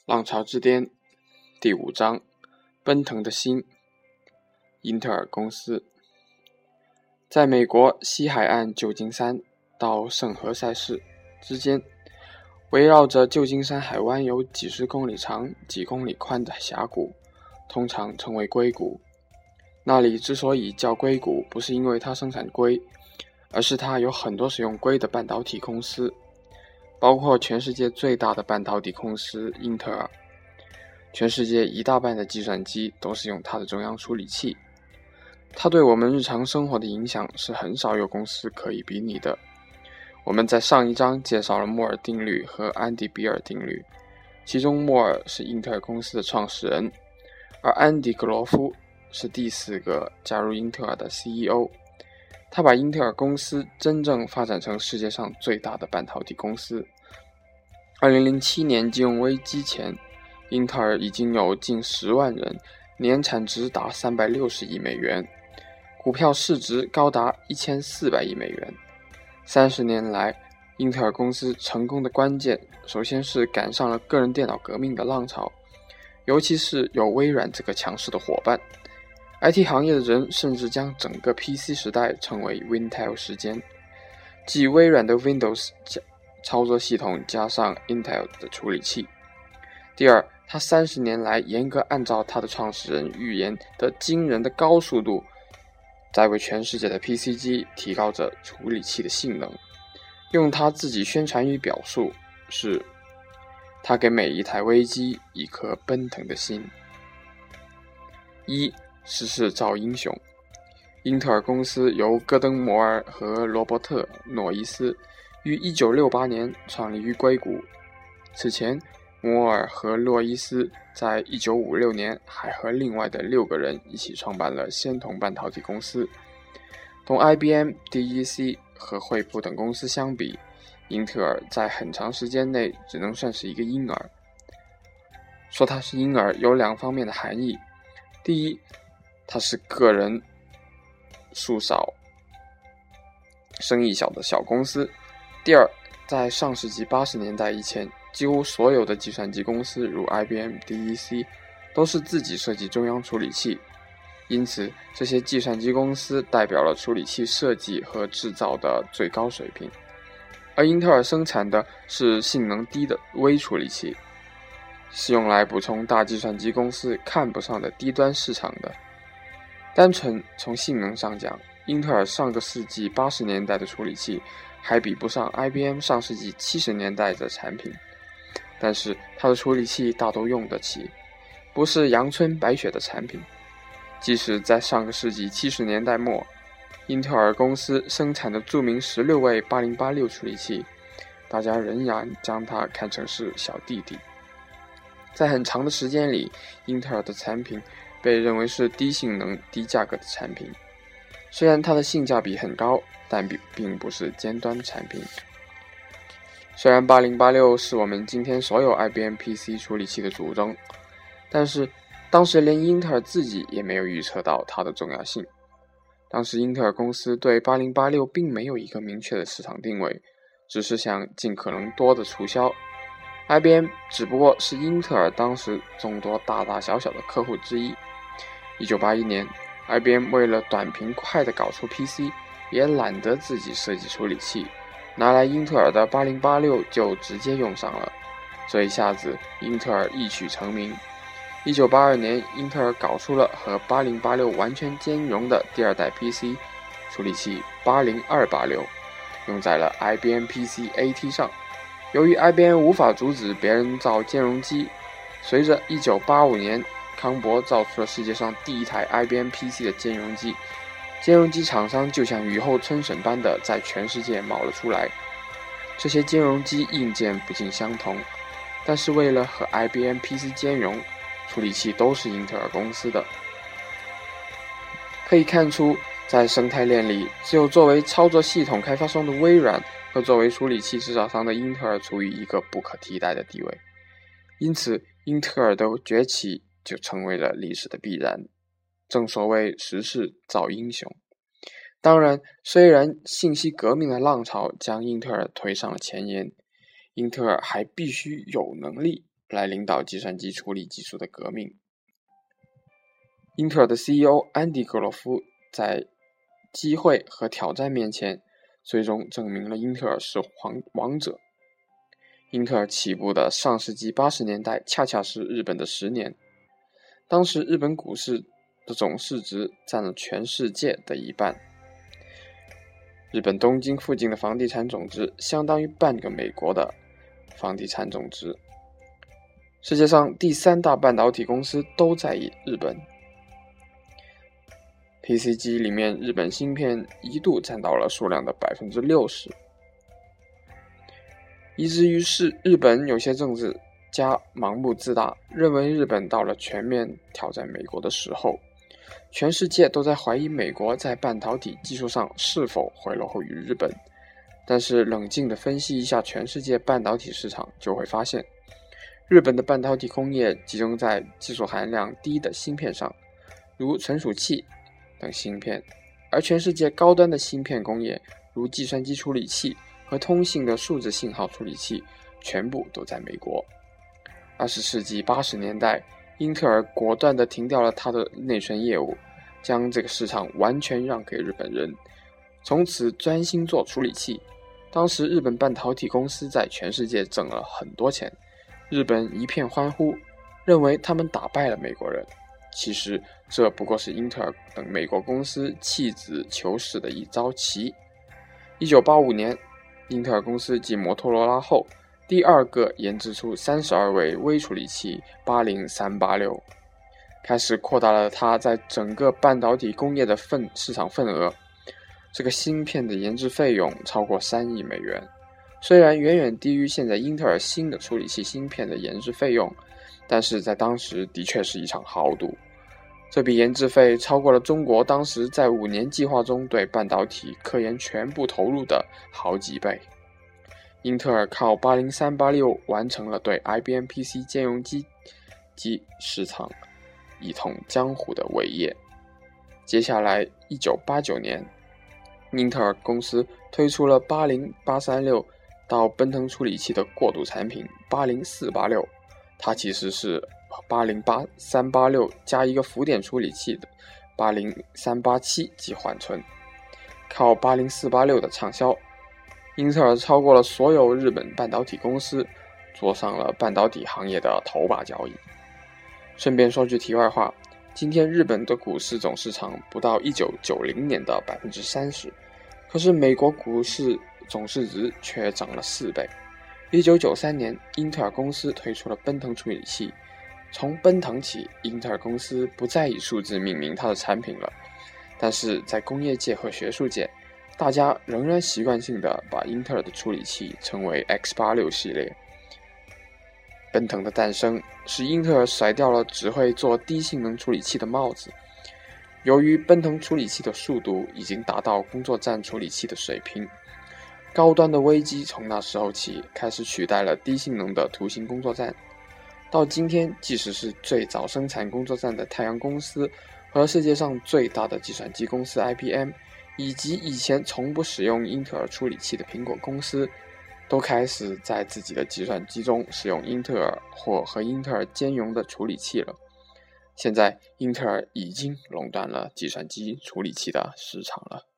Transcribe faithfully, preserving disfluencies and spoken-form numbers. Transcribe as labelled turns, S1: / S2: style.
S1: 浪潮之巅第五章，奔腾的心。英特尔公司在美国西海岸旧金山到圣何塞市之间，围绕着旧金山海湾有几十公里长几公里宽的峡谷，通常称为硅谷。那里之所以叫硅谷，不是因为它生产硅，而是它有很多使用硅的半导体公司，包括全世界最大的半导体公司英特尔。全世界一大半的计算机都是用它的中央处理器，它对我们日常生活的影响是很少有公司可以比拟的。我们在上一章介绍了摩尔定律和安迪比尔定律，其中摩尔是英特尔公司的创始人，而安迪格罗夫是第四个加入英特尔的 C E O。 他把英特尔公司真正发展成世界上最大的半导体公司。二零零七年金融危机前，英特尔已经有近十万人，年产值达三百六十亿美元，股票市值高达一千四百亿美元。三十年来，英特尔公司成功的关键，首先是赶上了个人电脑革命的浪潮，尤其是有微软这个强势的伙伴。I T 行业的人甚至将整个 P C 时代称为 Wintel 时间，即微软的 Windows 操作系统加上 Intel 的处理器。第二，他三十年来严格按照他的创始人预言的惊人的高速度，在为全世界的 P C 机提高着处理器的性能。用他自己宣传语表述是，他给每一台微机一颗奔腾的心。一，时势造英雄。英特尔公司由戈登·摩尔和罗伯特·诺伊斯于一九六八年创立于硅谷。此前，摩尔和洛伊斯在一九五六年还和另外的六个人一起创办了仙童半导体公司。同 I B M、D E C 和惠普等公司相比，英特尔在很长时间内只能算是一个婴儿。说它是婴儿有两方面的含义。第一，它是个人数少、生意小的小公司。第二，在上世纪八十年代以前，几乎所有的计算机公司如 I B M、D E C 都是自己设计中央处理器，因此这些计算机公司代表了处理器设计和制造的最高水平。而英特尔生产的是性能低的微处理器，是用来补充大计算机公司看不上的低端市场的。单纯从性能上讲，英特尔上个世纪八十年代的处理器还比不上 I B M 上世纪七十年代的产品，但是它的处理器大都用得起，不是阳春白雪的产品。即使在上个世纪七十年代末，英特尔公司生产的著名十六位八零八六处理器，大家仍然将它看成是小弟弟。在很长的时间里，英特尔的产品被认为是低性能低价格的产品，虽然它的性价比很高，但并不是尖端产品。虽然八零八六是我们今天所有 I B M P C 处理器的祖宗，但是当时连英特尔自己也没有预测到它的重要性。当时英特尔公司对八零八六并没有一个明确的市场定位，只是想尽可能多的促销。I B M 只不过是英特尔当时众多大大小小的客户之一。一九八一年 I B M 为了短平快地搞出 P C， 也懒得自己设计处理器，拿来英特尔的八零八六就直接用上了。这一下子英特尔一举成名。一九八二年，英特尔搞出了和八零八六完全兼容的第二代 P C 处理器八零二八六，用在了 I B M P C A T 上。由于 I B M 无法阻止别人造兼容机，随着一九八五年康柏造出了世界上第一台 I B M P C 的兼容机，兼容机厂商就像雨后春笋般的在全世界冒了出来。这些兼容机硬件不尽相同，但是为了和 I B M P C 兼容，处理器都是英特尔公司的。可以看出，在生态链里，只有作为操作系统开发商的微软和作为处理器制造商的英特尔处于一个不可替代的地位，因此英特尔的崛起就成为了历史的必然。正所谓时势造英雄。当然，虽然信息革命的浪潮将英特尔推上了前沿，英特尔还必须有能力来领导计算机处理技术的革命。英特尔的 C E O 安迪·格罗夫在机会和挑战面前，最终证明了英特尔是王王者。英特尔起步的上世纪八十年代恰恰是日本的十年，当时日本股市的总市值占了全世界的一半。日本东京附近的房地产总值相当于半个美国的房地产总值。世界上第三大半导体公司都在日本。P C 机里面日本芯片一度占到了数量的 百分之六十， 以至于是日本有些政治家盲目自大，认为日本到了全面挑战美国的时候，全世界都在怀疑美国在半导体技术上是否会落后于日本。但是冷静地分析一下全世界半导体市场，就会发现日本的半导体工业集中在技术含量低的芯片上，如存储器等芯片，而全世界高端的芯片工业，如计算机处理器和通信的数字信号处理器，全部都在美国。二十世纪八十年代，英特尔果断地停掉了它的内存业务，将这个市场完全让给日本人，从此专心做处理器。当时日本半导体公司在全世界挣了很多钱，日本一片欢呼，认为他们打败了美国人。其实这不过是英特尔等美国公司弃子求是的一招棋。一九八五年，英特尔公司继摩托罗拉后，第二个研制出三十二位微处理器八零三八六，开始扩大了它在整个半导体工业的份市场份额。这个芯片的研制费用超过三亿美元，虽然远远低于现在英特尔新的处理器芯片的研制费用，但是在当时的确是一场豪赌。这笔研制费超过了中国当时在五年计划中对半导体科研全部投入的好几倍。英特尔靠八零三八六完成了对 I B M P C 兼容机及市场一统江湖的伟业。接下来一九八九年，英特尔公司推出了八零八三六到奔腾处理器的过渡产品八零四八六，它其实是八零三八六加一个浮点处理器的八零三八七及缓存。靠八零四八六的畅销，英特尔超过了所有日本半导体公司，坐上了半导体行业的头把交椅。顺便说句题外话，今天日本的股市总市场不到一九九零年的 百分之三十， 可是美国股市总市值却涨了四倍。一九九三年，英特尔公司推出了奔腾处理器。从奔腾起，英特尔公司不再以数字命名它的产品了，但是在工业界和学术界，大家仍然习惯性的把英特尔的处理器称为 X八六 系列。奔腾的诞生使英特尔甩掉了只会做低性能处理器的帽子。由于奔腾处理器的速度已经达到工作站处理器的水平，高端的微机从那时候起开始取代了低性能的图形工作站。到今天，即使是最早生产工作站的太阳公司和世界上最大的计算机公司 I B M， 以及以前从不使用英特尔处理器的苹果公司，都开始在自己的计算机中使用英特尔或和英特尔兼容的处理器了。现在，英特尔已经垄断了计算机处理器的市场了。